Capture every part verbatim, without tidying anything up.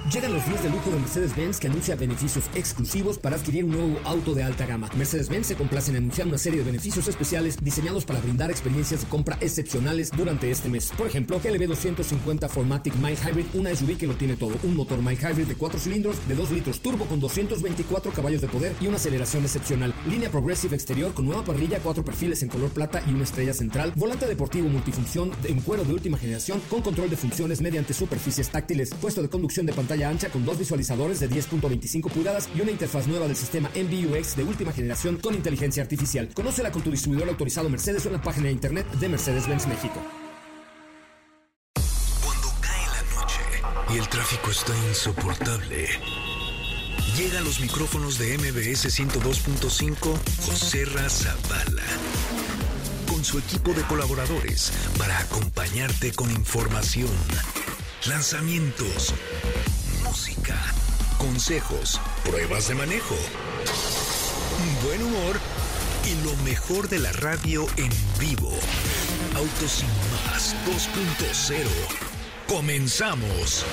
Llegan los días de lujo de Mercedes-Benz, que anuncia beneficios exclusivos para adquirir un nuevo auto de alta gama. Mercedes-Benz se complace en anunciar una serie de beneficios especiales diseñados para brindar experiencias de compra excepcionales durante este mes. Por ejemplo, G L B doscientos cincuenta cuatro matic Mild Hybrid, una S U V que lo tiene todo. Un motor Mild Hybrid de cuatro cilindros de dos litros turbo con doscientos veinticuatro caballos de poder y una aceleración excepcional. Línea Progressive exterior con nueva parrilla, cuatro perfiles en color plata y una estrella central. Volante deportivo multifunción en cuero de última generación con control de funciones mediante superficies táctiles. Puesto de conducción de pantalla ancha con dos visualizadores de diez punto veinticinco pulgadas y una interfaz nueva del sistema M B U X de última generación con inteligencia artificial. Conócela con tu distribuidor autorizado Mercedes o en la página de internet de Mercedes-Benz México. Cuando cae la noche y el tráfico está insoportable, llega a los micrófonos de M B S ciento dos punto cinco Joserra Zavala, con su equipo de colaboradores para acompañarte con información, lanzamientos, música, consejos, pruebas de manejo, buen humor y lo mejor de la radio en vivo. Autos sin más dos punto cero. ¡Comenzamos!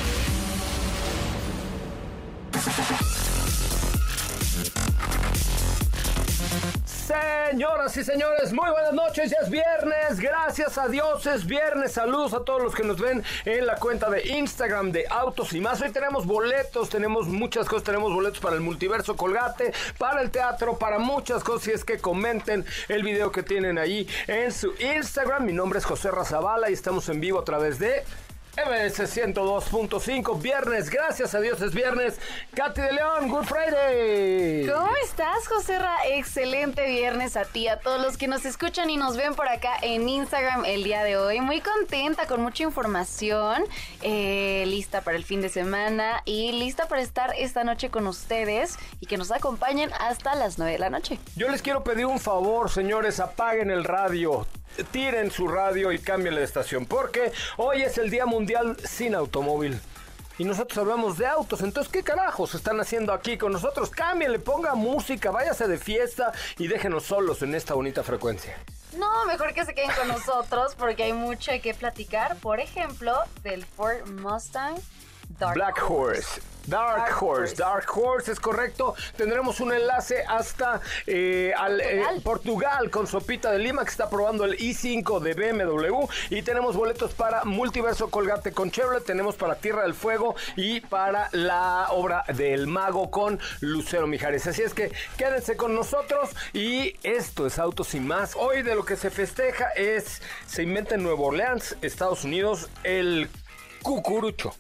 Señoras y señores, muy buenas noches, ya es viernes, gracias a Dios es viernes, saludos a todos los que nos ven en la cuenta de Instagram de Autos y Más. Hoy tenemos boletos, tenemos muchas cosas, tenemos boletos para el Multiverso Colgate, para el teatro, para muchas cosas, y es que comenten el video que tienen ahí en su Instagram. Mi nombre es Joserra Zavala y estamos en vivo a través de M S ciento dos punto cinco, viernes, gracias a Dios es viernes. Katy de León, Good Friday. ¿Cómo estás, Joserra? Excelente viernes a ti, a todos los que nos escuchan y nos ven por acá en Instagram el día de hoy. Muy contenta, con mucha información, eh, lista para el fin de semana y lista para estar esta noche con ustedes y que nos acompañen hasta las nueve de la noche. Yo les quiero pedir un favor, señores, apaguen el radio, tiren su radio y cambien de estación, porque hoy es el Día Mundial sin Automóvil y nosotros hablamos de autos. Entonces, ¿qué carajos están haciendo aquí con nosotros? Cámbienle, ponga música, váyase de fiesta y déjenos solos en esta bonita frecuencia. No, mejor que se queden con nosotros porque hay mucho que platicar. Por ejemplo, del Ford Mustang Dark Black Horse. Horse. Dark, Dark Horse. Horse, Dark Horse, es correcto. Tendremos un enlace hasta eh, al, Portugal. Eh, Portugal con Sopita de Lima, que está probando el i cinco de B M W. Y tenemos boletos para Multiverso Colgate con Chevrolet. Tenemos para Tierra del Fuego y para la obra del Mago con Lucero Mijares. Así es que quédense con nosotros. Y esto es Autos y Más. Hoy de lo que se festeja es, se inventa en Nueva Orleans, Estados Unidos, el cucurucho.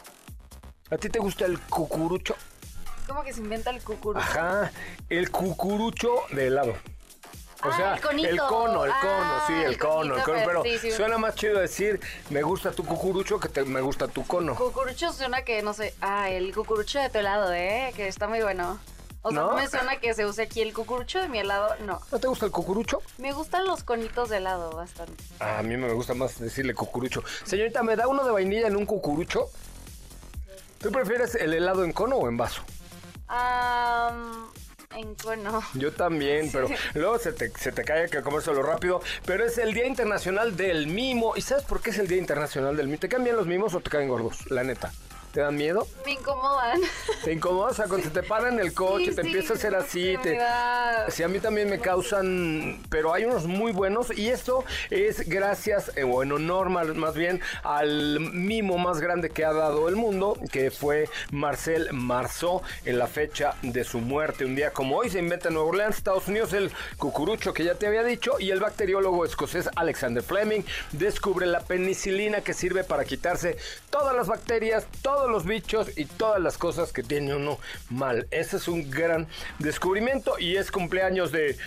¿A ti te gusta el cucurucho? ¿Cómo que se inventa el cucurucho? Ajá, el cucurucho de helado. O ah, sea, el, conito. el cono, el cono, ah, sí, el, el cono, conito, el cono, pero, pero sí, sí. Suena más chido decir, me gusta tu cucurucho que te, me gusta tu cono. Cucurucho suena que, no sé, ah, el cucurucho de tu helado, ¿eh? Que está muy bueno. O sea, no, no me suena que se use aquí el cucurucho de mi helado, no. ¿No te gusta el cucurucho? Me gustan los conitos de helado bastante. Ah, a mí me gusta más decirle cucurucho. Señorita, ¿me da uno de vainilla en un cucurucho? ¿Tú prefieres el helado en cono o en vaso? Ah... Um... En cono. Yo también, sí. Pero luego se te, se te cae que comérselo rápido. Pero es el Día Internacional del Mimo. ¿Y sabes por qué es el Día Internacional del Mimo? ¿Te caen bien los mimos o te caen gordos? La neta. ¿Te dan miedo? Me incomodan. ¿Te incomodan? O sea, cuando se te paran en el coche, sí, te sí, empieza a hacer así. Te... Sí, a mí también me causan... Pero hay unos muy buenos. Y esto es gracias, eh, o en honor más, más bien, al mimo más grande que ha dado el mundo, que fue Marcel Marceau, en la fecha de su muerte. Un día como hoy se inventa en Nueva Orleans, Estados Unidos, el cucurucho que ya te había dicho. Y el bacteriólogo escocés Alexander Fleming descubre la penicilina, que sirve para quitarse todas las bacterias, todos los bichos y todas las cosas que tiene uno mal. Ese es un gran descubrimiento y es cumpleaños de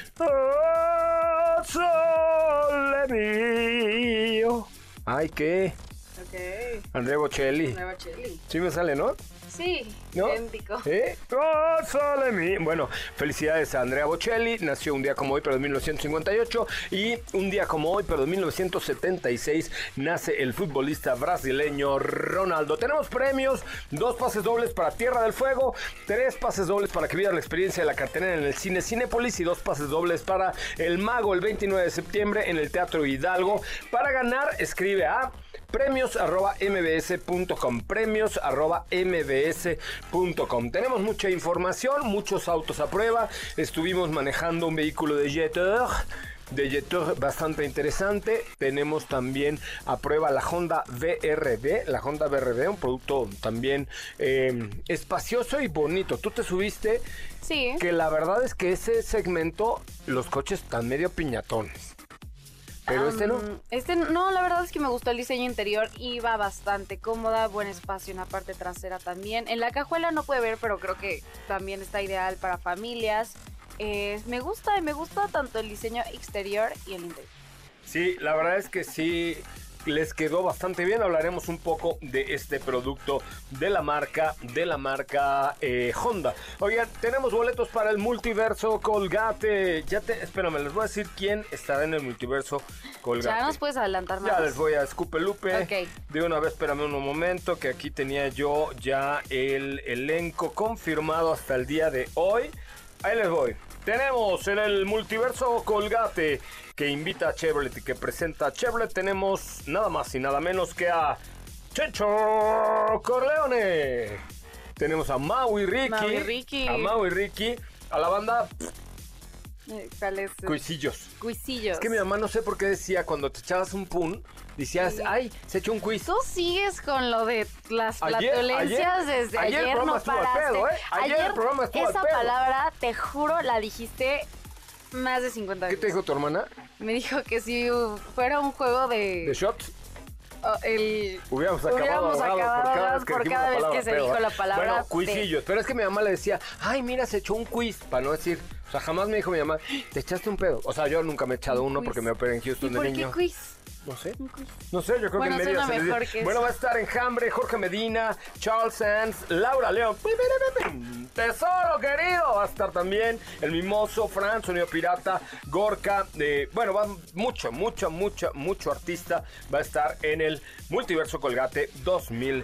Sole Mío. Ay, ¿qué? Ok. Andrea Bocelli. Andrea Bocelli. Sí me sale, ¿no? Sí, ¿no? idéntico. ¿Eh? Oh, sole mi. Bueno, felicidades a Andrea Bocelli. Nació un día como hoy, pero de mil novecientos cincuenta y ocho. Y un día como hoy, pero de mil novecientos setenta y seis, nace el futbolista brasileño Ronaldo. Tenemos premios: dos pases dobles para Tierra del Fuego, tres pases dobles para que vivas la experiencia de la cartelera en el cine Cinépolis y dos pases dobles para El Mago el veintinueve de septiembre en el Teatro Hidalgo. Para ganar, escribe a premios arroba mbs punto com, premios arroba mbs punto com. Tenemos mucha información, muchos autos a prueba. Estuvimos manejando un vehículo de Jeter, de Jeter bastante interesante. Tenemos también a prueba la Honda V R V, la Honda V R V, un producto también eh, espacioso y bonito. Tú te subiste, sí, que la verdad es que ese segmento, los coches están medio piñatones. Pero um, este no. Este no, la verdad es que me gustó el diseño interior, iba bastante cómoda, buen espacio en la parte trasera también. En la cajuela no puede ver, pero creo que también está ideal para familias. Eh, me gusta y me gusta tanto el diseño exterior y el interior. Sí, la verdad es que sí, les quedó bastante bien. Hablaremos un poco de este producto de la marca, de la marca eh, Honda. Oigan, tenemos boletos para el Multiverso Colgate. Ya te, espérame, les voy a decir quién estará en el Multiverso Colgate. Ya nos puedes adelantar más. Ya les voy a escupe lupe. Ok. De una vez, espérame un momento, que aquí tenía yo ya el elenco confirmado hasta el día de hoy. Ahí les voy. Tenemos en el Multiverso Colgate, que invita a Chevrolet y que presenta a Chevrolet, tenemos nada más y nada menos que a Checho Corleone. Tenemos a Mau y Ricky. Mau y Ricky. A Mau y Ricky. A la banda... ¿Cuál es? Cuisillos. Cuisillos. Es que mi mamá no sé por qué decía, cuando te echabas un pun, decías, sí, ay, se echó un quiz. Tú sigues con lo de las ayer, flatulencias ayer, desde ayer. Ayer el no estuvo paraste. Al pedo, ¿eh? Ayer, ayer el programa estuvo esa al pedo. palabra, te juro, la dijiste más de cincuenta veces. ¿Qué te dijo tu hermana? Me dijo que si fuera un juego de... ¿De shots? Oh, el... Hubiéramos acabado, Hubiéramos acabado por cada vez que, por cada vez que se pedo, dijo la palabra. Bueno, cuisillos. De... Pero es que mi mamá le decía, ay, mira, se echó un quiz, para no decir... O sea, jamás me dijo mi mamá, te echaste un pedo. O sea, yo nunca me he echado uno porque me operé en Houston de niño. ¿Por qué quiz? No sé. No sé, yo creo bueno, que en media se mejor les que Bueno, eso. va a estar Enjambre, Jorge Medina, Charles Sands, Laura León. Tesoro querido. Va a estar también el Mimoso, Fran, Sonido Pirata, Gorka. Eh, bueno, va mucho, mucho, mucho, mucho artista. Va a estar en el Multiverso Colgate dos mil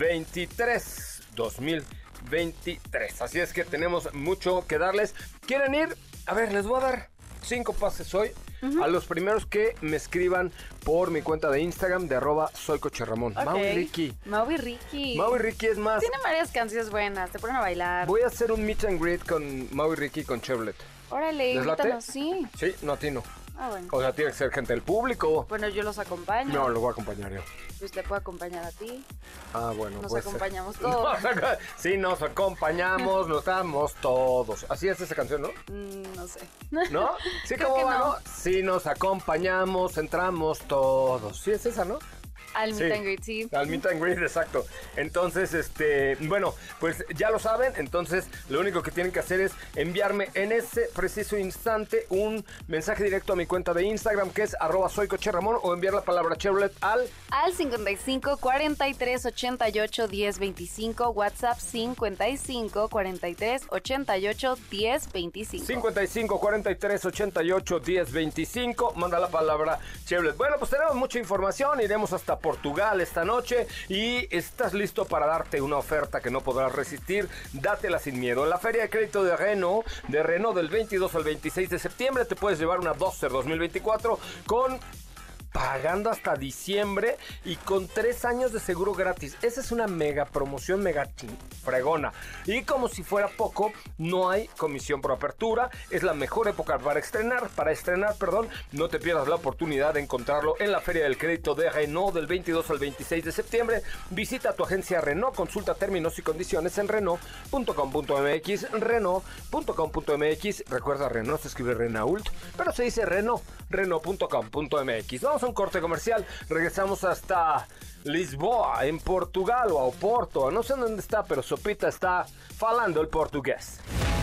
veintitrés. dos mil veintitrés. Así es que tenemos mucho que darles. ¿Quieren ir? A ver, les voy a dar cinco pases hoy. Uh-huh. A los primeros que me escriban por mi cuenta de Instagram de arroba soy Coche Ramón. Okay. Mau y Ricky. Mau y Ricky. Mau y Ricky es más. Tiene varias canciones buenas, te ponen a bailar. Voy a hacer un meet and greet con Mau y Ricky con Chevrolet. Órale, invítanos, sí. Sí, no a ti no. Ah, bueno. O sea, tiene que ser gente del público. Bueno, yo los acompaño. No, los voy a acompañar yo. Pues te puedo acompañar a ti. Ah, bueno. Nos puede acompañamos ser. todos. No, sí, nos acompañamos, nos damos todos. Así es esa canción, ¿no? Mm, no sé. ¿No? Sí, ¿cómo va, no? Sí, nos acompañamos, entramos todos. Sí, es esa, ¿no? Al meet sí, and greet, sí. Al meet and greet, exacto. Entonces, este, bueno, pues ya lo saben. Entonces, lo único que tienen que hacer es enviarme en ese preciso instante un mensaje directo a mi cuenta de Instagram, que es arroba soy Coche Ramón, o enviar la palabra Chevrolet al... Al cincuenta y cinco, cuarenta y tres, ochenta y ocho, diez, veinticinco, WhatsApp cincuenta y cinco, cuarenta y tres, ochenta y ocho, diez, veinticinco. cincuenta y cinco, cuarenta y tres, ochenta y ocho, diez, veinticinco. Manda la palabra Chevrolet. Bueno, pues tenemos mucha información. Iremos hasta Portugal esta noche y estás listo para darte una oferta que no podrás resistir. Dátela sin miedo. En la Feria de Crédito de Renault, de Renault del veintidós al veintiséis de septiembre, te puedes llevar una Duster dos mil veinticuatro con... pagando hasta diciembre y con tres años de seguro gratis. Esa es una mega promoción, mega fregona. Y como si fuera poco, no hay comisión por apertura. Es la mejor época para estrenar, para estrenar, perdón. No te pierdas la oportunidad de encontrarlo en la Feria del Crédito de Renault del veintidós al veintiséis de septiembre. Visita tu agencia Renault, consulta términos y condiciones en Renault punto com punto m x, Renault punto com punto m x. Recuerda, Renault se escribe Renault, pero se dice Renault, Renault punto com punto m x. Vamos a un corte comercial, regresamos hasta Lisboa, en Portugal, o a Oporto, no sé dónde está, pero Sopita está falando el portugués.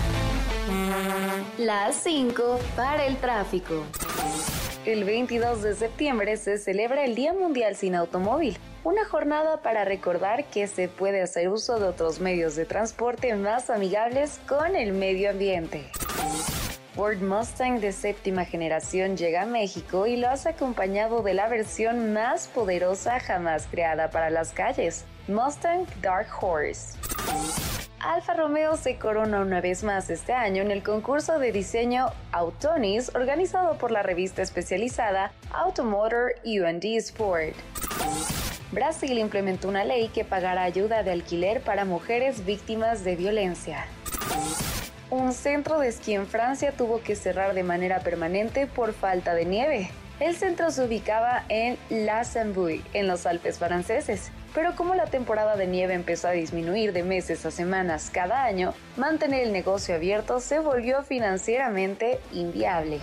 Las cinco para el tráfico. El veintidós de septiembre se celebra el Día Mundial sin Automóvil, una jornada para recordar que se puede hacer uso de otros medios de transporte más amigables con el medio ambiente. Ford Mustang de séptima generación llega a México y lo hace acompañado de la versión más poderosa jamás creada para las calles, Mustang Dark Horse. Alfa Romeo se corona una vez más este año en el concurso de diseño Autonis organizado por la revista especializada Automotor U and D Sport. Brasil implementó una ley que pagará ayuda de alquiler para mujeres víctimas de violencia. Un centro de esquí en Francia tuvo que cerrar de manera permanente por falta de nieve. El centro se ubicaba en La Sambouille, en los Alpes franceses. Pero como la temporada de nieve empezó a disminuir de meses a semanas cada año, mantener el negocio abierto se volvió financieramente inviable.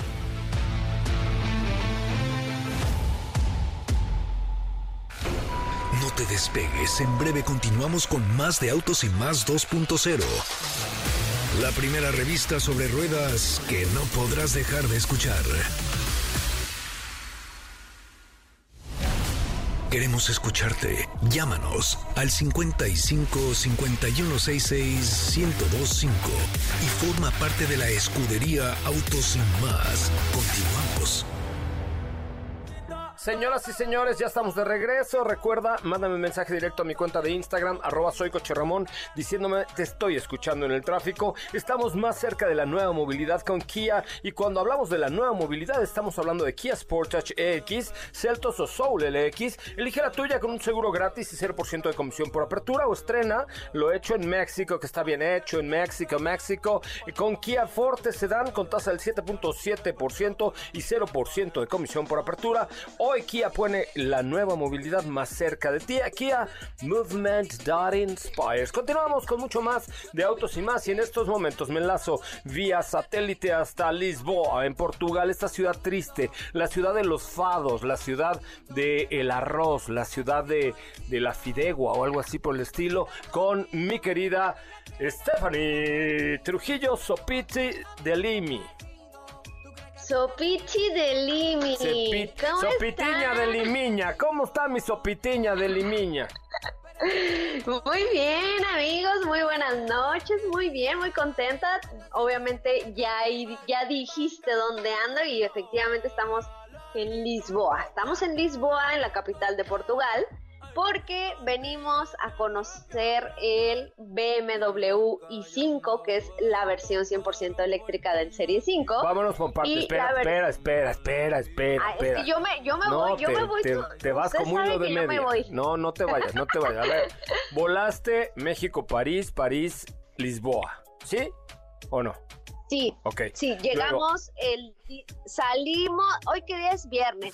No te despegues, en breve continuamos con más de Autos y Más dos punto cero. La primera revista sobre ruedas que no podrás dejar de escuchar. Queremos escucharte. Llámanos al cincuenta y cinco, cincuenta y uno, sesenta y seis, ciento veinticinco y forma parte de la escudería Autos y Más. Continuamos. Señoras y señores, ya estamos de regreso. Recuerda, mándame un mensaje directo a mi cuenta de Instagram, arroba soy Coche Ramón, diciéndome te estoy escuchando en el tráfico. Estamos más cerca de la nueva movilidad con Kia, y cuando hablamos de la nueva movilidad estamos hablando de Kia Sportage E X, Seltos o Soul L X. Elige la tuya con un seguro gratis y cero por ciento de comisión por apertura, o estrena lo hecho en México, que está bien hecho en México, México, con Kia Forte Sedan con tasa del siete punto siete por ciento y cero por ciento de comisión por apertura. Hoy Kia pone la nueva movilidad más cerca de ti. Kia Movement that Inspires. Continuamos con mucho más de Autos y Más, y en estos momentos me enlazo vía satélite hasta Lisboa, en Portugal, esta ciudad triste, la ciudad de los fados, la ciudad del arroz, la ciudad de, de la fidegua o algo así por el estilo, con mi querida Stephanie Trujillo Sopiti de Limi. Sopichi de Limi. Sepi- ¿Cómo Sopitiña están? de Limiña. ¿Cómo está mi Sopitiña de Limiña? Muy bien, amigos, muy buenas noches, muy bien, muy contenta. Obviamente ya, ya dijiste dónde ando, y efectivamente estamos en Lisboa. Estamos en Lisboa, en la capital de Portugal, porque venimos a conocer el B M W i cinco, que es la versión cien por ciento eléctrica del Serie cinco. Vámonos por partes. Y Espera, ver- espera, espera, espera, espera, Ah, espera. es que yo me, yo me No, voy, yo te, me voy. te, tú- te vas usted como un sabe hilo de que yo me media. voy. No, no te vayas, no te vayas. A ver, volaste México, París, París, Lisboa. ¿Sí o no? Sí, Ok. sí, llegamos el di- salimos, hoy que día es viernes,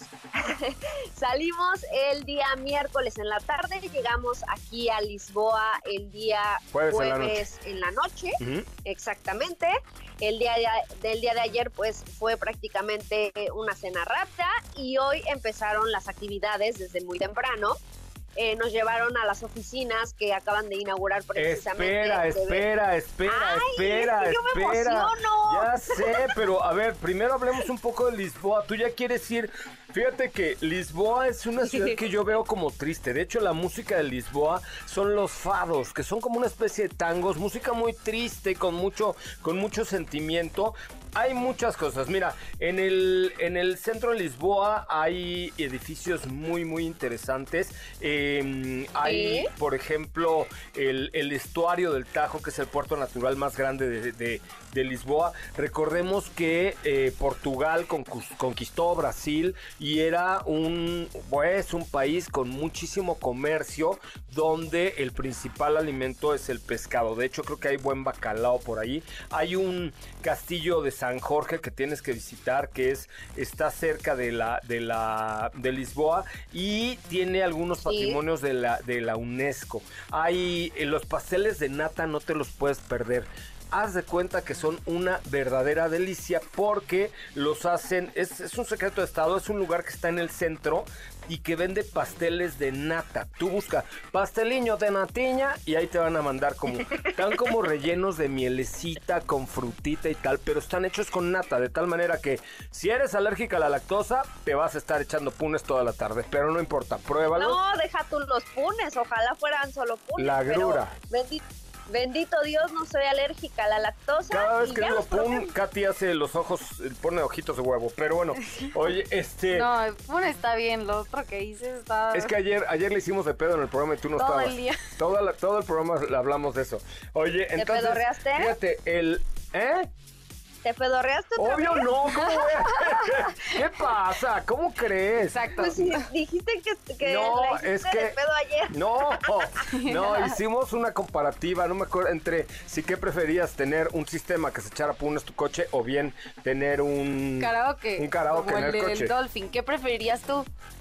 salimos el día miércoles en la tarde, llegamos aquí a Lisboa el día Jueves en la jueves en la noche, Ujú. exactamente. El día de, del día de ayer pues fue prácticamente una cena rápida, y hoy empezaron las actividades desde muy temprano. Eh, nos llevaron a las oficinas que acaban de inaugurar precisamente. Espera, de- espera, espera, Ay, espera, es que yo me espera. emociono. Ya sé, pero a ver, primero hablemos un poco de Lisboa. Tú ya quieres ir. Fíjate que Lisboa es una ciudad que yo veo como triste. De hecho, la música de Lisboa son los fados, que son como una especie de tangos, música muy triste, con mucho, con mucho sentimiento. Hay muchas cosas. Mira, en el, en el centro de Lisboa hay edificios muy, muy interesantes. Eh, hay, ¿Sí? por ejemplo, el, el estuario del Tajo, que es el puerto natural más grande de, de, de Lisboa. Recordemos que eh, Portugal concus- conquistó Brasil y era un, pues, un país con muchísimo comercio, donde el principal alimento es el pescado. De hecho, creo que hay buen bacalao por ahí. Hay un castillo de San Jorge que tienes que visitar, que es está cerca de la de la de Lisboa, y tiene algunos Sí. patrimonios de la de la UNESCO. Hay eh, los pasteles de nata, no te los puedes perder. Haz de cuenta que son una verdadera delicia, porque los hacen, es, es un secreto de estado, es un lugar que está en el centro y que vende pasteles de nata. Tú busca pasteliño de natiña y ahí te van a mandar como, están como rellenos de mielecita con frutita y tal, pero están hechos con nata, de tal manera que si eres alérgica a la lactosa, te vas a estar echando punes toda la tarde, pero no importa, pruébalo. No, deja tú los punes, ojalá fueran solo punes. La pero grura. bendi- bendito Dios, no soy alérgica a la lactosa. Cada vez y que ya digo los probé. pum, Katy hace los ojos, pone ojitos de huevo. Pero bueno, oye, este... No, bueno, está bien, lo otro que hice está... Es que ayer, ayer le hicimos de pedo en el programa y tú no Todo estabas. el día. Toda la- todo el programa le hablamos de eso. Oye, entonces... pedorreaste? Fíjate, el... ¿Eh? ¿Te pedorreaste otra Obvio vez? no, ¿cómo voy a... ¿Qué pasa? ¿Cómo crees? Exacto. Pues sí, dijiste que, que No, la hiciste es que- de pedo ayer. No, no, hicimos una comparativa, no me acuerdo, entre si qué preferías, tener un sistema que se echara punes tu coche o bien tener un... Karaoke. Un karaoke como en el el del coche. Dolphin. ¿Qué preferirías tú?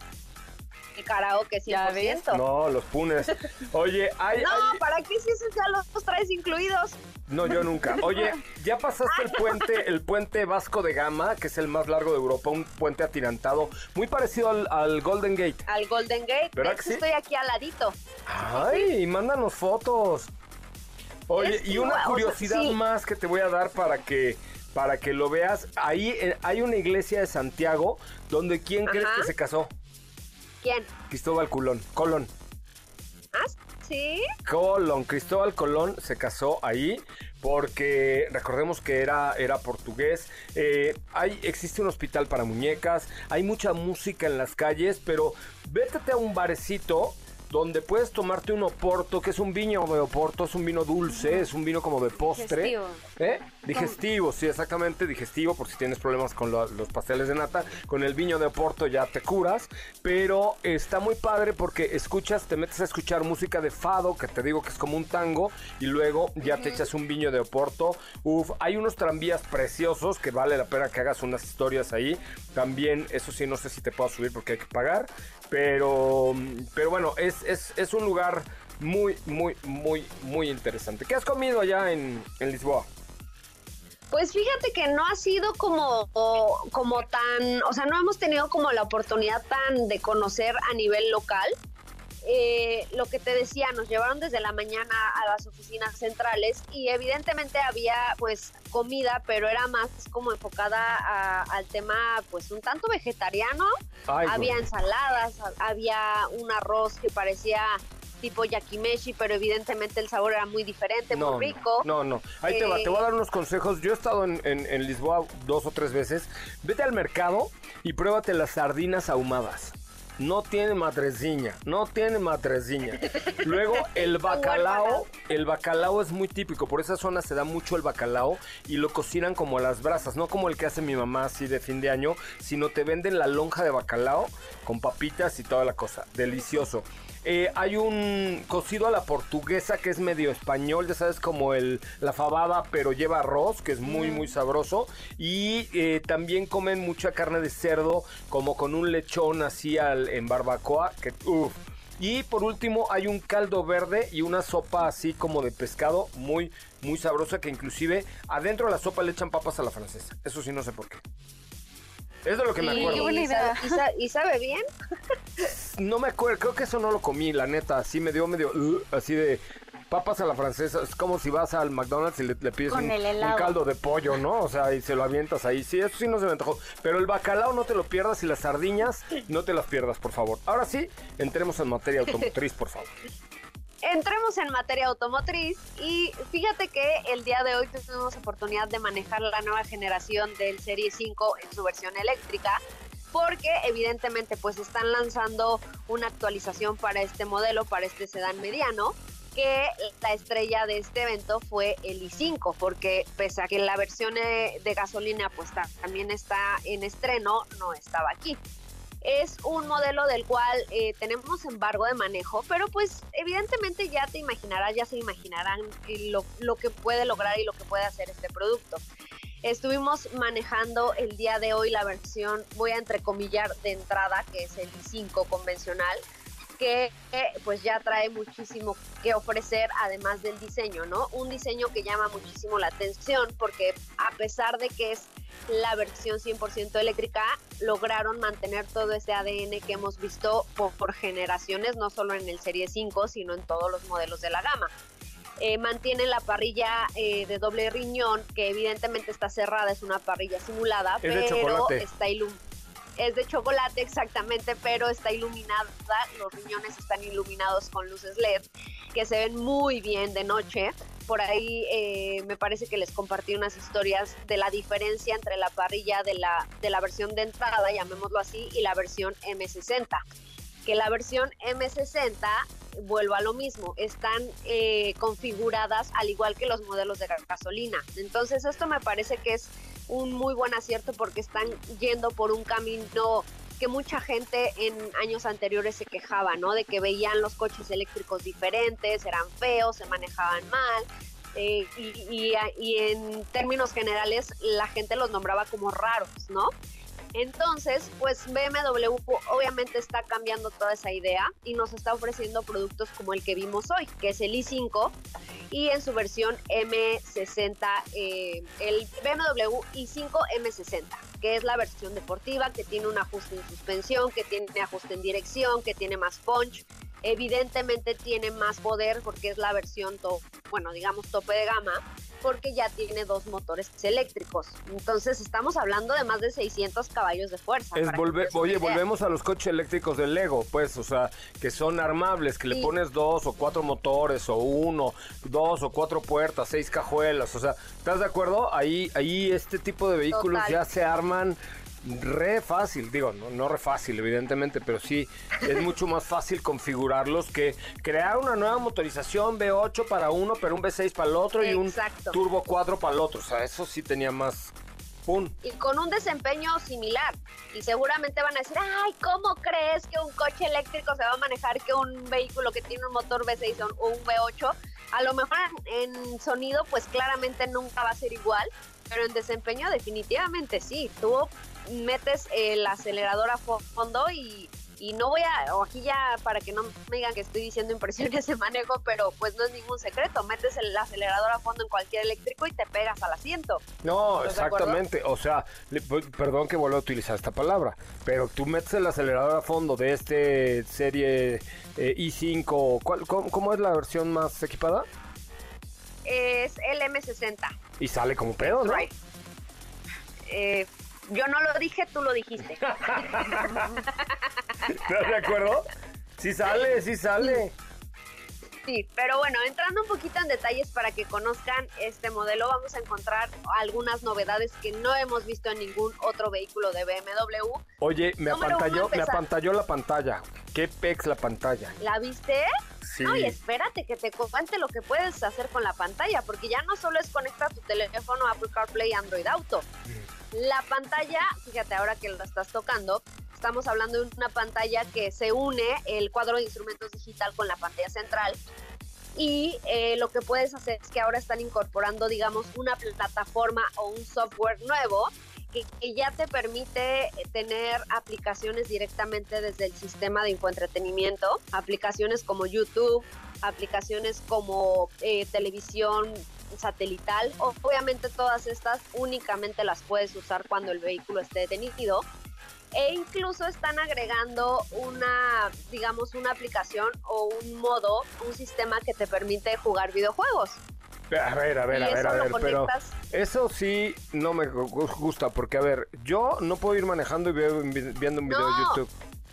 El karaoke Ya cien por ciento. No, los punes. Oye, hay... No, hay- ¿para qué si esos ya los traes incluidos? No, yo nunca. Oye, ¿ya pasaste el puente, el puente Vasco de Gama, que es el más largo de Europa, un puente atirantado, muy parecido al, al Golden Gate? Al Golden Gate. ¿Verdad De que hecho, sí? estoy aquí al ladito. Ay, mándanos fotos. Oye, Es y una igual, o sea, curiosidad sí. más que te voy a dar para que para que lo veas. Ahí eh, hay una iglesia de Santiago donde ¿quién crees Ajá. que se casó? ¿Quién? Cristóbal Colón. Colón. ¿Ah, sí? Colón, Cristóbal Colón se casó ahí porque recordemos que era, era portugués. Eh, hay, existe un hospital para muñecas, hay mucha música en las calles, pero vétate a un barecito donde puedes tomarte un oporto, que es un vino de oporto, es un vino dulce, es un vino como de postre. Digestivo. ¿Eh? Digestivo, sí, exactamente, digestivo, por si tienes problemas con lo- los pasteles de nata. Con el vino de oporto ya te curas, pero está muy padre porque escuchas, te metes a escuchar música de fado, que te digo que es como un tango, y luego ya te echas un vino de oporto. Uf, hay unos tranvías preciosos que vale la pena que hagas unas historias ahí. También, eso sí, no sé si te puedo subir porque hay que pagar, pero, pero bueno, es, es, es un lugar muy, muy, muy, muy interesante. ¿Qué has comido allá en, en Lisboa? Pues fíjate que no ha sido como, o- como tan, o sea, no hemos tenido como la oportunidad tan de conocer a nivel local. Eh, lo que te decía, nos llevaron desde la mañana a las oficinas centrales y evidentemente había pues comida, pero era más como enfocada a- al tema pues un tanto vegetariano. Ay, Había güey. ensaladas, ha- había un arroz que parecía tipo yakimeshi, pero evidentemente el sabor era muy diferente, No, muy rico. no, no. Ahí te va, Eh, te voy a dar unos consejos. Yo he estado en, en- en Lisboa dos o tres veces. Vete al mercado y pruébate las sardinas ahumadas. No tiene madreciña, no tiene madreciña. Luego el bacalao, el bacalao es muy típico, por esa zona se da mucho el bacalao y lo cocinan como a las brasas, no como el que hace mi mamá así de fin de año, sino te venden la lonja de bacalao con papitas y toda la cosa, delicioso. Eh, hay un cocido a la portuguesa que es medio español, ya sabes, como el, la fabada, pero lleva arroz, que es muy, muy sabroso. Y eh, también comen mucha carne de cerdo, como con un lechón así al, en barbacoa, que uff. Y por último hay un caldo verde y una sopa así como de pescado, muy, muy sabrosa, que inclusive adentro de la sopa le echan papas a la francesa. Eso sí, no sé por qué. Es de lo que me Sí, acuerdo. qué buena ¿Y idea. sabe, y sa- y sabe bien? No me acuerdo, creo que eso no lo comí, la neta. Así me dio medio, uh, así de papas a la francesa. Es como si vas al McDonald's y le, le pides Con un, el helado. un caldo de pollo, ¿no? O sea, y se lo avientas ahí. Sí, eso sí no se me antojó. Pero el bacalao no te lo pierdas y las sardiñas no te las pierdas, por favor. Ahora sí, entremos en materia automotriz, por favor. Entremos en materia automotriz y fíjate que el día de hoy tuvimos oportunidad de manejar la nueva generación del Serie cinco en su versión eléctrica, porque evidentemente pues están lanzando una actualización para este modelo, para este sedán mediano, que la estrella de este evento fue el i cinco, porque pese a que la versión eh, de gasolina pues ta- también está en estreno, no estaba aquí. Es un modelo del cual eh, tenemos embargo de manejo, pero pues evidentemente ya te imaginarás, ya se imaginarán eh, lo, lo que puede lograr y lo que puede hacer este producto. Estuvimos manejando el día de hoy la versión, voy a entrecomillar, de entrada, que es el i cinco convencional, que eh, pues ya trae muchísimo que ofrecer además del diseño, ¿no? Un diseño que llama muchísimo la atención porque a pesar de que es la versión cien por ciento eléctrica, lograron mantener todo ese A D N que hemos visto por, por generaciones, no solo en el Serie cinco, sino en todos los modelos de la gama. Eh, mantienen la parrilla eh, de doble riñón, que evidentemente está cerrada, es una parrilla simulada, Es de pero chocolate. está iluminada. Es de chocolate exactamente, pero está iluminada, los riñones están iluminados con luces L E D que se ven muy bien de noche. Por ahí eh, me parece que les compartí unas historias de la diferencia entre la parrilla de la, de la versión de entrada, llamémoslo así, y la versión eme sesenta. Que la versión eme sesenta, vuelvo a lo mismo, están eh, configuradas al igual que los modelos de gasolina. Entonces esto me parece que es un muy buen acierto porque están yendo por un camino que mucha gente en años anteriores se quejaba, ¿no? De que veían los coches eléctricos diferentes, eran feos, se manejaban mal. Eh, y, y, y en términos generales la gente los nombraba como raros, ¿no? Entonces, pues B M W obviamente está cambiando toda esa idea y nos está ofreciendo productos como el que vimos hoy, que es el i cinco y en su versión eme sesenta, eh, el B M W i cinco eme sesenta, que es la versión deportiva, que tiene un ajuste en suspensión, que tiene ajuste en dirección, que tiene más punch. Evidentemente tiene más poder porque es la versión, to- bueno, digamos tope de gama, porque ya tiene dos motores eléctricos. Entonces estamos hablando de más de seiscientos caballos de fuerza. Es volver, oye, volvemos a los coches eléctricos de Lego, pues, o sea, que son armables, que sí. Le pones dos o cuatro motores, o uno, dos o cuatro puertas, seis cajuelas, o sea, ¿estás de acuerdo? Ahí, ahí este tipo de vehículos Total. Ya se arman re fácil, digo, no, no re fácil evidentemente, pero sí es mucho más fácil configurarlos que crear una nueva motorización V ocho para uno, pero un V seis para el otro. Exacto. Y un turbo cuatro para el otro, o sea, eso sí tenía más pum. Y con un desempeño similar, y seguramente van a decir, ay, ¿cómo crees que un coche eléctrico se va a manejar que un vehículo que tiene un motor V seis o un V ocho? A lo mejor en, en sonido, pues claramente nunca va a ser igual, pero en desempeño definitivamente sí. Tú metes el acelerador a fondo y, y no voy a, o aquí ya para que no me digan que estoy diciendo impresiones de manejo, pero pues no es ningún secreto, metes el acelerador a fondo en cualquier eléctrico y te pegas al asiento. No, exactamente, o sea, le, perdón que vuelva a utilizar esta palabra, pero tú metes el acelerador a fondo de este serie eh, i cinco, ¿cuál, cómo, ¿cómo es la versión más equipada? Es el eme sesenta. Y sale como pedo, ¿no? Right. Eh... Yo no lo dije, tú lo dijiste. ¿Estás de acuerdo? Sí sale, sí sale. Sí, pero bueno, entrando un poquito en detalles para que conozcan este modelo, vamos a encontrar algunas novedades que no hemos visto en ningún otro vehículo de B M W. Oye, me apantalló, me apantalló la pantalla. ¿Qué pex la pantalla? ¿La viste? Sí. Ay, espérate que te cuente lo que puedes hacer con la pantalla, porque ya no solo es conectar tu teléfono a Apple CarPlay y Android Auto. Mm. La pantalla, fíjate, ahora que lo estás tocando, estamos hablando de una pantalla que se une el cuadro de instrumentos digital con la pantalla central y eh, lo que puedes hacer es que ahora están incorporando, digamos, una plataforma o un software nuevo que, que ya te permite tener aplicaciones directamente desde el sistema de infoentretenimiento, aplicaciones como YouTube, aplicaciones como eh, televisión satelital. Obviamente todas estas únicamente las puedes usar cuando el vehículo esté detenido, e incluso están agregando una, digamos, una aplicación o un modo, un sistema que te permite jugar videojuegos. A ver, a ver, a ver, a ver, pero eso sí no me gusta porque, a ver, yo no puedo ir manejando y viendo un video no. de YouTube.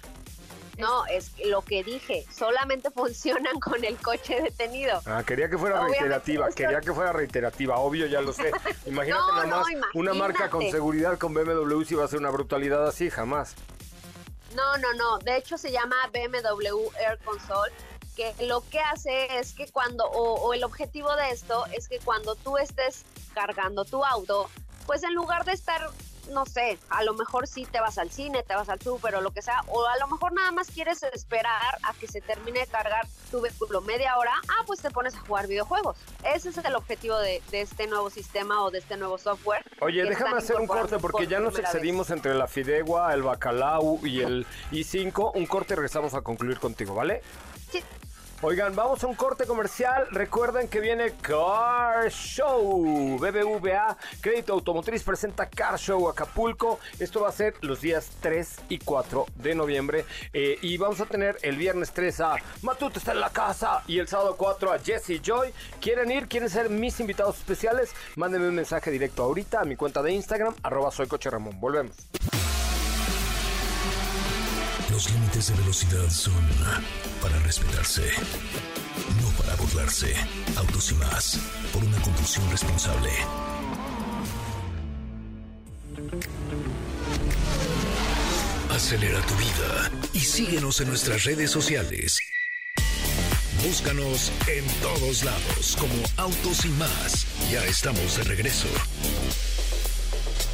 No, es lo que dije, solamente funcionan con el coche detenido. Ah, quería que fuera Obviamente reiterativa, esto... quería que fuera reiterativa, obvio, ya lo sé. Imagínate no, nada más no, una marca con seguridad con B M W si va a ser una brutalidad así, jamás. No, no, no, de hecho se llama B M W Air Console, que lo que hace es que cuando, o, o el objetivo de esto es que cuando tú estés cargando tu auto, pues en lugar de estar, no sé, a lo mejor sí te vas al cine, te vas al súper o lo que sea, o a lo mejor nada más quieres esperar a que se termine de cargar tu vehículo media hora, ah, pues te pones a jugar videojuegos. Ese es el objetivo de, de este nuevo sistema o de este nuevo software. Oye, déjame hacer un corte porque ya nos excedimos vez. entre la Fidegua, el Bacalao y el i cinco. Un corte y regresamos a concluir contigo, ¿vale? Sí. Oigan, vamos a un corte comercial. Recuerden que viene Car Show. B B V A Crédito Automotriz presenta Car Show Acapulco. Esto va a ser los días tres y cuatro de noviembre. Eh, y vamos a tener el viernes tres a Matute está en la casa. Y el sábado cuatro a Jesse Joy. ¿Quieren ir? ¿Quieren ser mis invitados especiales? Mándenme un mensaje directo ahorita a mi cuenta de Instagram, arroba soy Coche Ramón. Volvemos. Los límites de velocidad son para respetarse, no para burlarse. Autos y más, por una conducción responsable. Acelera tu vida y síguenos en nuestras redes sociales. Búscanos en todos lados como Autos y más. Ya estamos de regreso.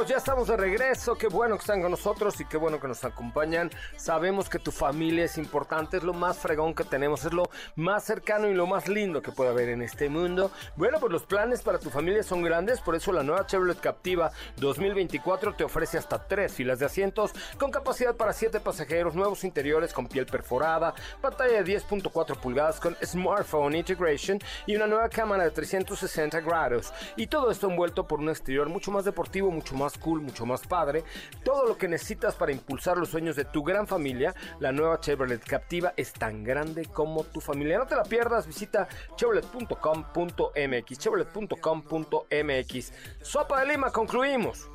amigos, ya estamos de regreso. Qué bueno que están con nosotros y qué bueno que nos acompañan. Sabemos que tu familia es importante, es lo más fregón que tenemos, es lo más cercano y lo más lindo que puede haber en este mundo. Bueno, pues los planes para tu familia son grandes, por eso la nueva Chevrolet Captiva dos mil veinticuatro te ofrece hasta tres filas de asientos con capacidad para siete pasajeros, nuevos interiores con piel perforada, pantalla de diez punto cuatro pulgadas con Smartphone Integration y una nueva cámara de trescientos sesenta grados. Y todo esto envuelto por un exterior mucho más deportivo, mucho más cool, mucho más padre. Todo lo que necesitas para impulsar los sueños de tu gran familia. La nueva Chevrolet Captiva es tan grande como tu familia. No te la pierdas, visita chevrolet punto com punto m x, chevrolet punto com punto m x. Sopa de Lima, concluimos.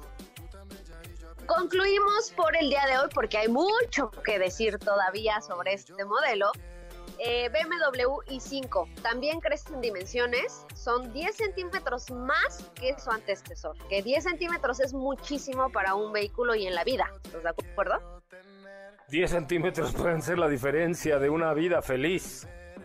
Concluimos por el día de hoy porque hay mucho que decir todavía sobre este modelo. Eh, B M W i cinco también crece en dimensiones, son diez centímetros más que su antecesor, que diez centímetros es muchísimo para un vehículo y en la vida, ¿estás de acuerdo? diez centímetros pueden ser la diferencia de una vida feliz.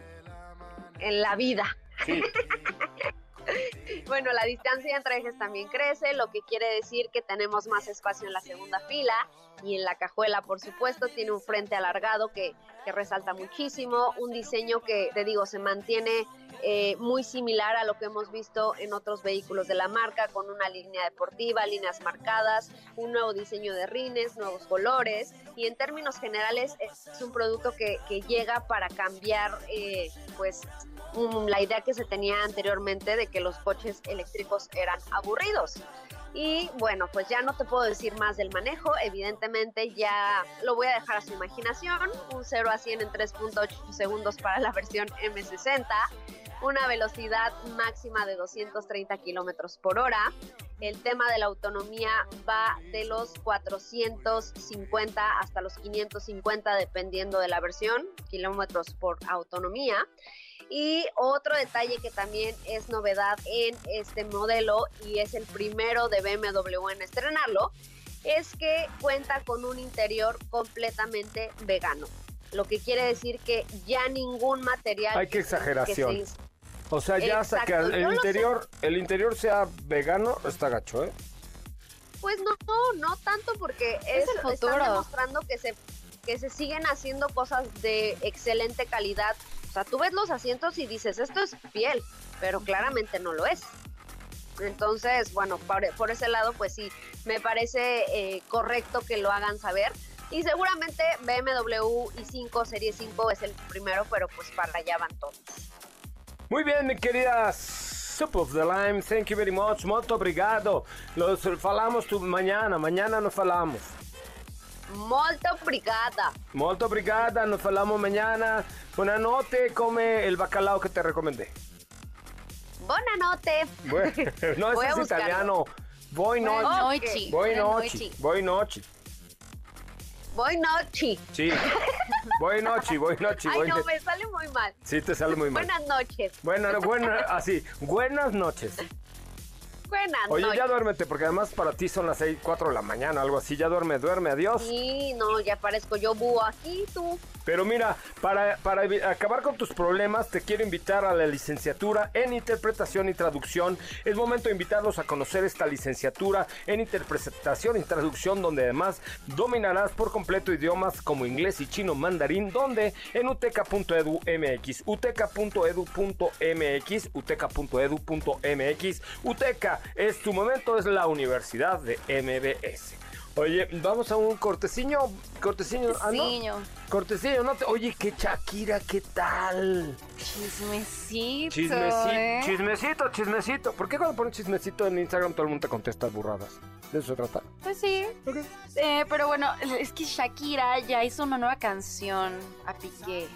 En la vida. Sí. Bueno, la distancia entre ejes también crece, lo que quiere decir que tenemos más espacio en la segunda fila y en la cajuela, por supuesto, tiene un frente alargado que, que resalta muchísimo, un diseño que, te digo, se mantiene eh, muy similar a lo que hemos visto en otros vehículos de la marca, con una línea deportiva, líneas marcadas, un nuevo diseño de rines, nuevos colores, y en términos generales es un producto que, que llega para cambiar, eh, pues, um, la idea que se tenía anteriormente de que los coches eléctricos eran aburridos. Y bueno, pues ya no te puedo decir más del manejo, evidentemente ya lo voy a dejar a su imaginación, un cero a cien en tres punto ocho segundos para la versión eme sesenta, una velocidad máxima de doscientos treinta kilómetros por hora, el tema de la autonomía va de los cuatrocientos cincuenta hasta los quinientos cincuenta dependiendo de la versión, kilómetros por autonomía. Y otro detalle que también es novedad en este modelo y es el primero de B M W en estrenarlo, es que cuenta con un interior completamente vegano, lo que quiere decir que ya ningún material... Ay, qué exageración. Que se... O sea, ya hasta que el, el interior el interior sea vegano, está gacho, ¿eh? Pues no, no, no tanto porque es, es el futuro. Están demostrando que se, que se siguen haciendo cosas de excelente calidad. O sea, tú ves los asientos y dices, esto es piel, pero claramente no lo es. Entonces, bueno, por, por ese lado, pues sí, me parece eh, correcto que lo hagan saber. Y seguramente B M W i cinco Serie cinco es el primero, pero pues para allá van todos. Muy bien, mi querida Soup of the Lime, thank you very much, molto obrigado. Los falamos tu mañana, mañana nos falamos. Molto obrigada. Molto obrigada, nos falamos mañana. Buonanotte, come el bacalao que te recomendé. Buonanotte. Bueno, no, Voy ese a es italiano. Voy noche. Buonanotte. Voy noche. Voy noche. Voy noche. Sí. Voy noche, voy noche. Ay, voy no, de... me sale muy mal. Sí, te sale muy mal. Buenas noches. Bueno, bueno, así. Buenas noches. Buenas Oye, noches. ya duérmete, porque además para ti son las seis, cuatro de la mañana, algo así. Ya duerme, duerme, adiós. Sí, no, ya parezco yo búho aquí, tú. Pero mira, para, para evi- acabar con tus problemas, te quiero invitar a la licenciatura en Interpretación y Traducción. Es momento de invitarlos a conocer esta licenciatura en Interpretación y Traducción, donde además dominarás por completo idiomas como inglés y chino mandarín, donde en uteca punto edu punto mx, uteca punto edu punto mx, uteca punto edu punto mx. Uteca es tu momento, es la Universidad de M B S. Oye, vamos a un cortecillo, cortecillo, ah, ¿no? Cortecillo. Cortecillo, no te... Oye, qué Shakira, ¿qué tal? Chismecito. Chismecito, ¿eh? chismecito, chismecito. ¿Por qué cuando pones chismecito en Instagram todo el mundo te contesta burradas? ¿De eso se trata? Pues sí. Eh, pero bueno, es que Shakira ya hizo una nueva canción a Piqué.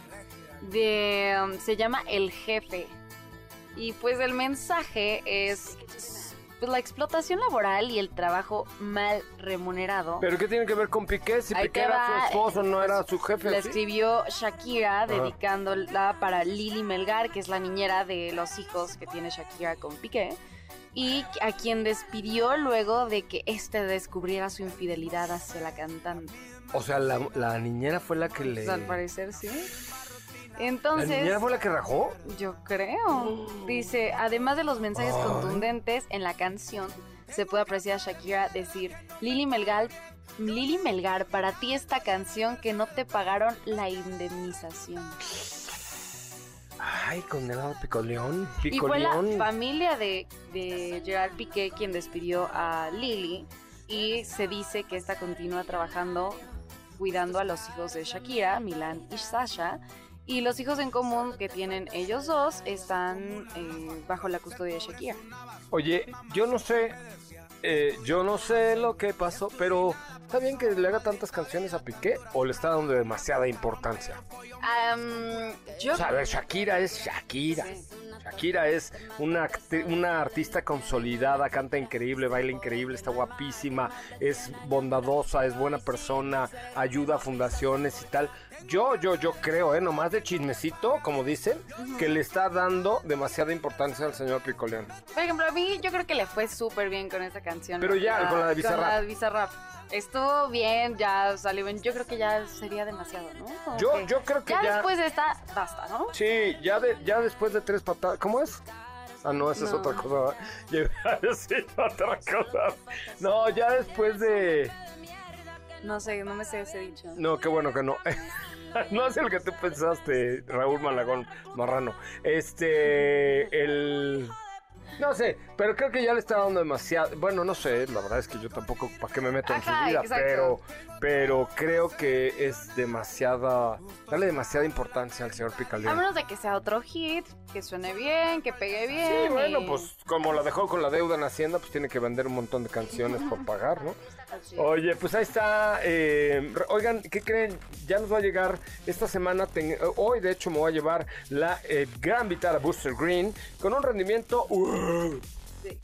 De, um, se llama El Jefe. Y pues el mensaje es pues, la explotación laboral y el trabajo mal remunerado. ¿Pero qué tiene que ver con Piqué? Si Ahí Piqué te era va, su esposo, no pues, era su jefe. La ¿sí? escribió Shakira dedicándola para Lili Melgar, que es la niñera de los hijos que tiene Shakira con Piqué, y a quien despidió luego de que éste descubriera su infidelidad hacia la cantante. O sea, la, la niñera fue la que le... Pues, al parecer sí. ¿La Entonces, niñera fue la que rajó? yo creo. Dice, además de los mensajes Ay. contundentes en la canción, se puede apreciar a Shakira decir: Lili Melgar, Lili Melgar, para ti esta canción que no te pagaron la indemnización. Ay, condenado Picoleón. Y fue la familia de, de Gerard Piqué quien despidió a Lili, y se dice que esta continúa trabajando cuidando a los hijos de Shakira, Milán y Sasha, y los hijos en común que tienen ellos dos están eh, bajo la custodia de Shakira. Oye, yo no sé, eh, yo no sé lo que pasó, pero ¿está bien que le haga tantas canciones a Piqué o le está dando demasiada importancia? Um, yo... O sea, a ver, Shakira es Shakira. Sí. Shakira es una, una artista consolidada, canta increíble, baila increíble, está guapísima, es bondadosa, es buena persona, ayuda a fundaciones y tal. Yo, yo, yo creo, eh, nomás de chismecito, como dicen, uh-huh, que le está dando demasiada importancia al señor Picoleón. Por ejemplo, a mí yo creo que le fue súper bien con esta canción. Pero ya, la, con la de Bizarrap. Con la de Bizarrap. Estuvo bien, ya salió bien. Yo creo que ya sería demasiado, ¿no? Como yo, que yo creo que ya... ya después de esta, basta, ¿no? Sí, ya, de, ya después de tres patadas... ¿Cómo es? Ah, no, esa no. es otra cosa. Sí, otra cosa. No, ya después de... No sé, no me sé ese dicho. No, qué bueno que no. No es el que tú pensaste, Raúl Malagón Marrano. Este, el... No sé, pero creo que ya le está dando demasiado... Bueno, no sé, la verdad es que yo tampoco, ¿para qué me meto en su vida? Pero, pero creo que es demasiada... Dale demasiada importancia al señor Picoleón. A menos de que sea otro hit, que suene bien, que pegue bien. Sí, bueno, y... pues como la dejó con la deuda en Hacienda, pues tiene que vender un montón de canciones por pagar, ¿no? Oye, pues ahí está. Eh, oigan, ¿qué creen? Ya nos va a llegar esta semana. Ten, hoy, de hecho, me voy a llevar la eh, gran Vitara Booster Green con un rendimiento. ¡Wow! Sí.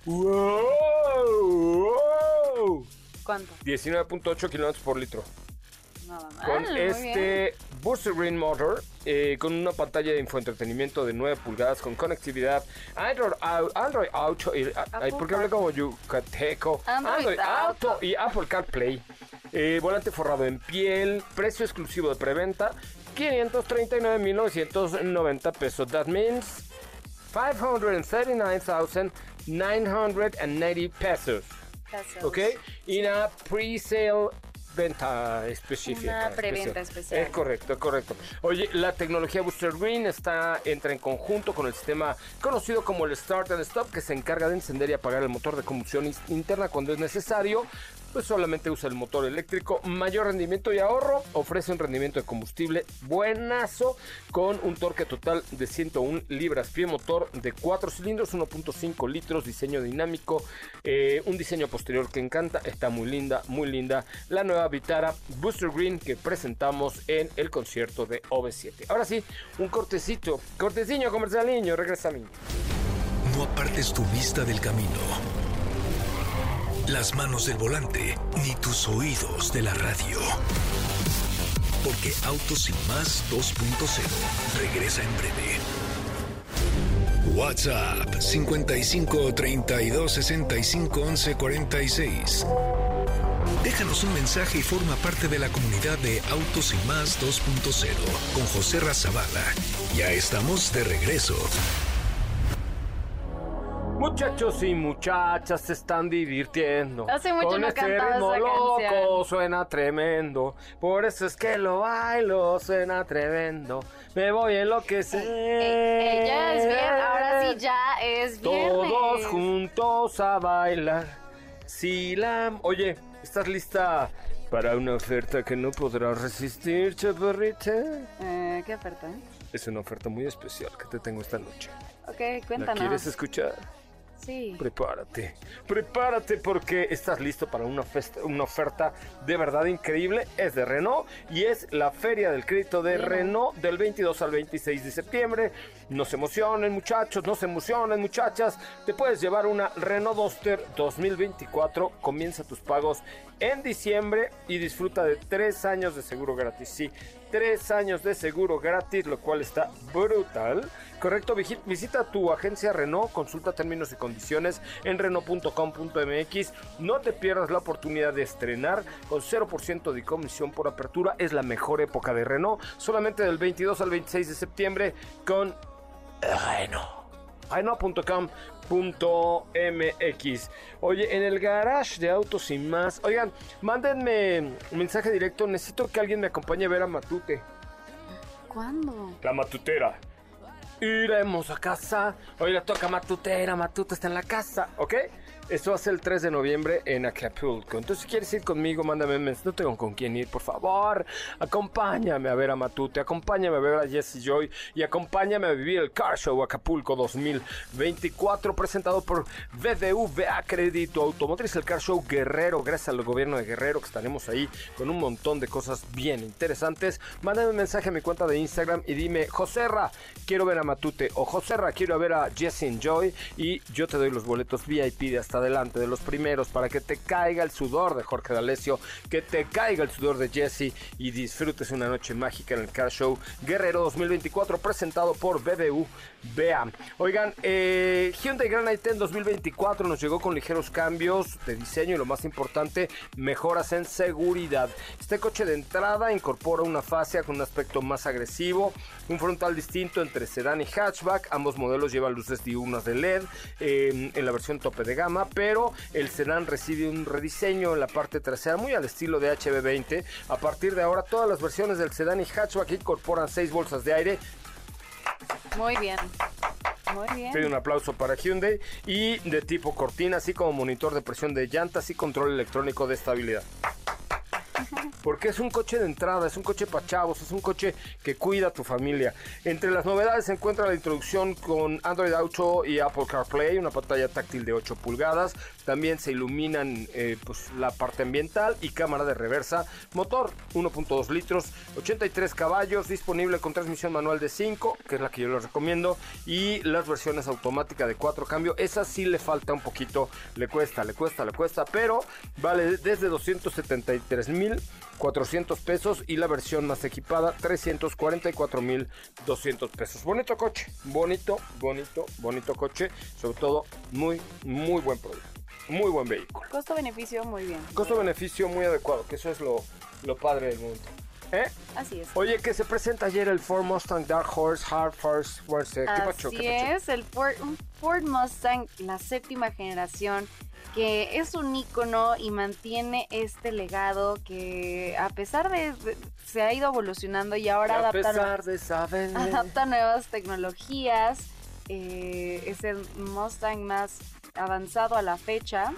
¡Wow! ¡Wow! ¿Cuánto? diecinueve punto ocho kilómetros por litro. Nada mal, con este Booster Green Motor, eh, con una pantalla de infoentretenimiento de nueve pulgadas, con conectividad Android, Android Auto, y, ay, ¿por qué hablé como yucateco? Android, Android Auto. Auto y Apple CarPlay. Eh, volante forrado en piel, precio exclusivo de preventa, quinientos treinta y nueve mil novecientos noventa pesos. That means five hundred thirty-nine thousand nine hundred ninety pesos. Pesos. Ok, y una pre-sale venta específica. Una preventa especial. Es correcto, es correcto. Oye, la tecnología Booster Green está, entra en conjunto con el sistema conocido como el Start and Stop, que se encarga de encender y apagar el motor de combustión interna cuando es necesario. Pues solamente usa el motor eléctrico. Mayor rendimiento y ahorro. Ofrece un rendimiento de combustible buenazo, con un torque total de ciento uno libras-pie. Motor de cuatro cilindros, uno punto cinco litros, diseño dinámico, eh, un diseño posterior que encanta. Está muy linda, muy linda la nueva Vitara Booster Green que presentamos en el concierto de O V siete. Ahora sí, un cortecito, corteciño comercialiño, regresa a mí. No apartes tu vista del camino, las manos del volante, ni tus oídos de la radio. Porque Autos y Más dos punto cero regresa en breve. WhatsApp cincuenta y cinco, treinta y dos, sesenta y cinco, once, cuarenta y seis. Déjanos un mensaje y forma parte de la comunidad de Autos y Más dos punto cero con José Razabala. Ya estamos de regreso. Muchachos y muchachas se están divirtiendo. Hace mucho con no este cantaba ritmo esa loco, canción. suena tremendo. Por eso es que lo bailo, suena tremendo. Me voy a enloquecer. Eh, eh, ya es viernes, ahora sí ya es viernes. Todos juntos a bailar. Si la... Oye, ¿estás lista para una oferta que no podrás resistir, chaparrita? Eh, ¿Qué oferta? Es una oferta muy especial que te tengo esta noche. Ok, cuéntanos. ¿La quieres escuchar? Sí. Prepárate, prepárate porque estás listo para una, festa, una oferta de verdad increíble. Es de Renault y es la Feria del Crédito de Bien. Renault del veintidós al veintiséis de septiembre. No se emocionen, muchachos, no se emocionen, muchachas. Te puedes llevar una Renault Duster dos mil veinticuatro. Comienza tus pagos en diciembre y disfruta de tres años de seguro gratis. Sí, tres años de seguro gratis, lo cual está brutal. Correcto, visita tu agencia Renault, consulta términos y condiciones en Renault punto com punto m x. No te pierdas la oportunidad de estrenar con cero por ciento de comisión por apertura. Es la mejor época de Renault, solamente del veintidós al veintiséis de septiembre con Renault. ainoa punto com punto m x. Oye, en el garage de Autos Sin Más, oigan, mándenme un mensaje directo, necesito que alguien me acompañe a ver a Matute. ¿Cuándo? La Matutera. Iremos a casa. Hoy le toca Matutera, Matute está en la casa, ¿ok? Esto va a ser el tres de noviembre en Acapulco. Entonces, si quieres ir conmigo, mándame un mensaje. No tengo con quién ir, por favor. Acompáñame a ver a Matute, acompáñame a ver a Jesse Joy y acompáñame a vivir el Car Show Acapulco dos mil veinticuatro, presentado por B B V A Crédito Automotriz, el Car Show Guerrero, gracias al gobierno de Guerrero, que estaremos ahí con un montón de cosas bien interesantes. Mándame un mensaje a mi cuenta de Instagram y dime, Joserra, quiero ver a Matute, o Joserra, quiero ver a Jesse Joy, y yo te doy los boletos V I P de hasta adelante, de los primeros, para que te caiga el sudor de Jorge D'Alessio, que te caiga el sudor de Jesse y disfrutes una noche mágica en el Car Show Guerrero dos mil veinticuatro, presentado por B B V A. Oigan, eh, Hyundai Grand i diez dos mil veinticuatro nos llegó con ligeros cambios de diseño y lo más importante, mejoras en seguridad. Este coche de entrada incorpora una fascia con un aspecto más agresivo, un frontal distinto entre sedán y hatchback. Ambos modelos llevan luces diurnas de L E D eh, en la versión tope de gama, pero el sedán recibe un rediseño en la parte trasera muy al estilo de H B veinte. A partir de ahora, todas las versiones del sedán y hatchback incorporan seis bolsas de aire. Muy bien. Muy bien. Pido un aplauso para Hyundai, y de tipo cortina, así como monitor de presión de llantas y control electrónico de estabilidad. Porque es un coche de entrada, es un coche para chavos, es un coche que cuida a tu familia. Entre las novedades se encuentra la introducción con Android Auto y Apple CarPlay, una pantalla táctil de ocho pulgadas. También se iluminan eh, pues, la parte ambiental y cámara de reversa. Motor uno punto dos litros, ochenta y tres caballos, disponible con transmisión manual de cinco, que es la que yo les recomiendo, y las versiones automática de cuatro cambios. Esa sí le falta un poquito, le cuesta, le cuesta, le cuesta, pero vale desde doscientos setenta y tres mil cuatrocientos pesos, y la versión más equipada trescientos cuarenta y cuatro mil doscientos pesos. Bonito coche, bonito, bonito, bonito coche, sobre todo muy, muy buen producto, muy buen vehículo. Costo-beneficio muy bien. Costo-beneficio muy adecuado, que eso es lo, lo padre del mundo. ¿Eh? Así es. Oye, que se presenta ayer el Ford Mustang Dark Horse Hard Force. ¿Qué pacho? Así es, el Ford, un Ford Mustang, la séptima generación, que es un ícono y mantiene este legado que a pesar de, de se ha ido evolucionando y ahora a adapta, pesar de saber. adapta nuevas tecnologías. Eh, es el Mustang más avanzado a la fecha.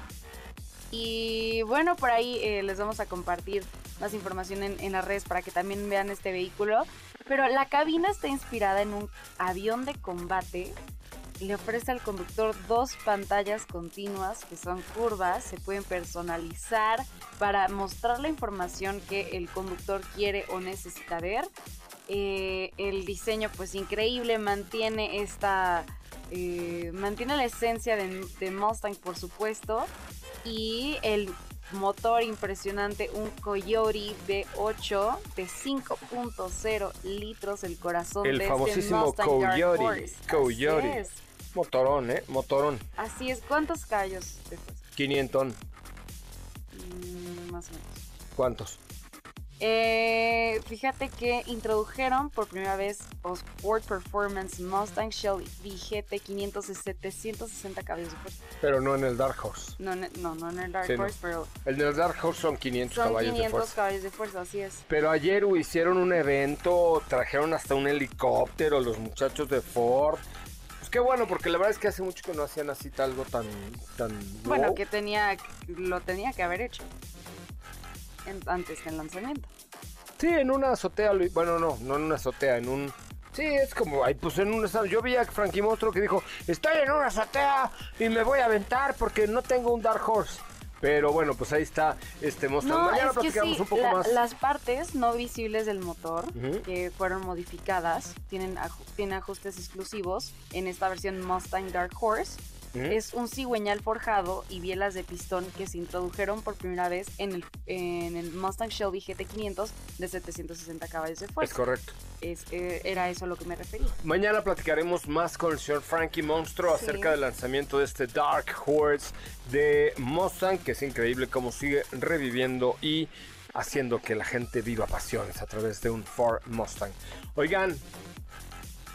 Y bueno, por ahí eh, les vamos a compartir más información en, en las redes para que también vean este vehículo. Pero la cabina está inspirada en un avión de combate. Le ofrece al conductor dos pantallas continuas que son curvas, se pueden personalizar para mostrar la información que el conductor quiere o necesita ver. Eh, el diseño pues increíble, mantiene esta eh, mantiene la esencia de, de Mustang, por supuesto, y el motor impresionante, un Coyote V ocho de cinco punto cero litros, el corazón el de famosísimo este Mustang Dark Coyote, Horse. Coyote. Así es. Motorón, ¿eh? Motorón. Así es. ¿Cuántos caballos de fuerza? quinientos. Mm, más o menos. ¿Cuántos? Eh, fíjate que introdujeron por primera vez los Ford Performance Mustang Shelby V G T quinientos de setecientos sesenta caballos de fuerza. Pero no en el Dark Horse. No, no, no en el Dark Sí, no. Horse, pero El del Dark Horse son quinientos son caballos de quinientos fuerza. caballos de fuerza, así es. Pero ayer hicieron un evento, trajeron hasta un helicóptero los muchachos de Ford. Pues qué bueno, porque la verdad es que hace mucho que no hacían así algo tan... tan Bueno, wow. que tenía, lo tenía que haber hecho en- antes del lanzamiento. Sí, en una azotea, lo- bueno, no, no en una azotea, en un... Sí, es como, ay, pues en un... Yo vi a Frankie Monstruo que dijo, estoy en una azotea y me voy a aventar porque no tengo un Dark Horse. Pero bueno, pues ahí está este Mustang. No, Mañana es que platicamos sí, un poco la- más. las partes no visibles del motor Ujú. que fueron modificadas tienen, aju- tienen ajustes exclusivos en esta versión Mustang Dark Horse. Ujú. Es un cigüeñal forjado y bielas de pistón que se introdujeron por primera vez en el, en el Mustang Shelby G T quinientos de setecientos sesenta caballos de Es fuerza. correcto. Es, eh, era eso a lo que me refería. Mañana platicaremos más con el señor Frankie Monstruo Sí. acerca del lanzamiento de este Dark Horse de Mustang, que es increíble cómo sigue reviviendo y haciendo que la gente viva pasiones a través de un Ford Mustang. Oigan,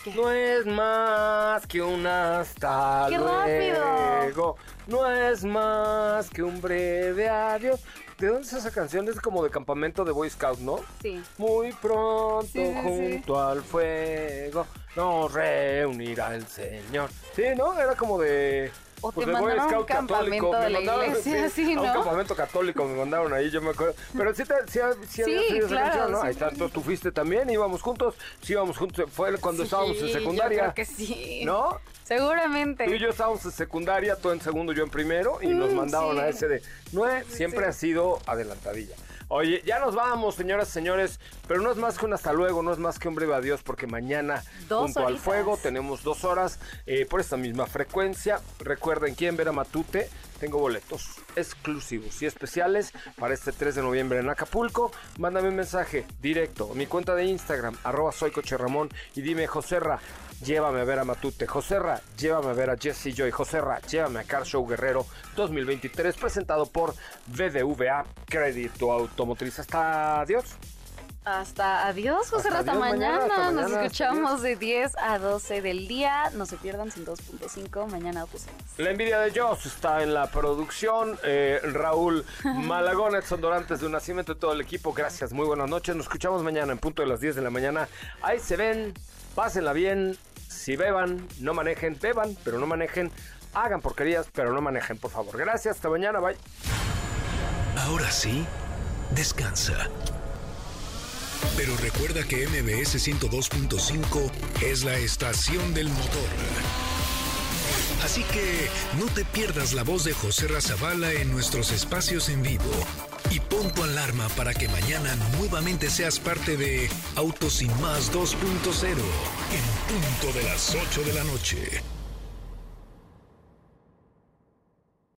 No es más que un hasta ¡Qué luego. rápido! No es más que un breve adiós. ¿De dónde es esa canción? Es como de campamento de Boy Scout, ¿no? Sí. Muy pronto Sí, sí, junto sí. al fuego nos reunirá el Señor. Sí, ¿no? Era como de... O pues te de Boy mandaron a un Scout católico. campamento de Me la mandaron, iglesia, sí, a un ¿no? campamento católico me mandaron ahí, yo me acuerdo. Pero sí, te, sí, sí, había Sí, sido esa claro, canción, ¿no? sí. Ahí está, entonces tú fuiste también, íbamos juntos. Sí, íbamos juntos. Fue cuando Sí, estábamos en yo secundaria. creo que sí. ¿No? Seguramente. Tú y yo estábamos en secundaria, tú en segundo, yo en primero, y nos Mm, mandaron sí. a ese de nueve, siempre Sí. ha sido adelantadilla. Oye, ya nos vamos, señoras y señores, pero no es más que un hasta luego, no es más que un breve adiós, porque mañana, Dos junto al horitas. fuego, tenemos dos horas eh, por esta misma frecuencia. Recuerden, quieren ver a Matute, tengo boletos exclusivos y especiales para este tres de noviembre en Acapulco. Mándame un mensaje directo a mi cuenta de Instagram, arroba soy Coche Ramón, y dime, Joserra, llévame a ver a Matute. Joserra, llévame a ver a Jesse Joy. Joserra, llévame a Car Show Guerrero dos mil veintitrés, presentado por B B V A Crédito Automotriz. Hasta adiós. Hasta adiós, José. Hasta Hasta, adiós, mañana. mañana, hasta Nos mañana, escuchamos hasta de diez a doce del día. No se pierdan sin dos punto cinco. Mañana pues más. La envidia de Joss está en la producción. eh, Raúl Malagón, Edson Dorantes de un Nacimiento, y todo el equipo. Gracias, muy buenas noches. Nos escuchamos mañana en punto de las diez de la mañana. Ahí se ven, pásenla bien. Si beban, no manejen. Beban, pero no manejen. Hagan porquerías, pero no manejen, por favor. Gracias, hasta mañana, bye. Ahora sí, descansa. Pero recuerda que M B S ciento dos punto cinco es la estación del motor. Así que no te pierdas la voz de José Razabala en nuestros espacios en vivo. Y pon tu alarma para que mañana nuevamente seas parte de Autos Sin Más dos punto cero en punto de las ocho de la noche.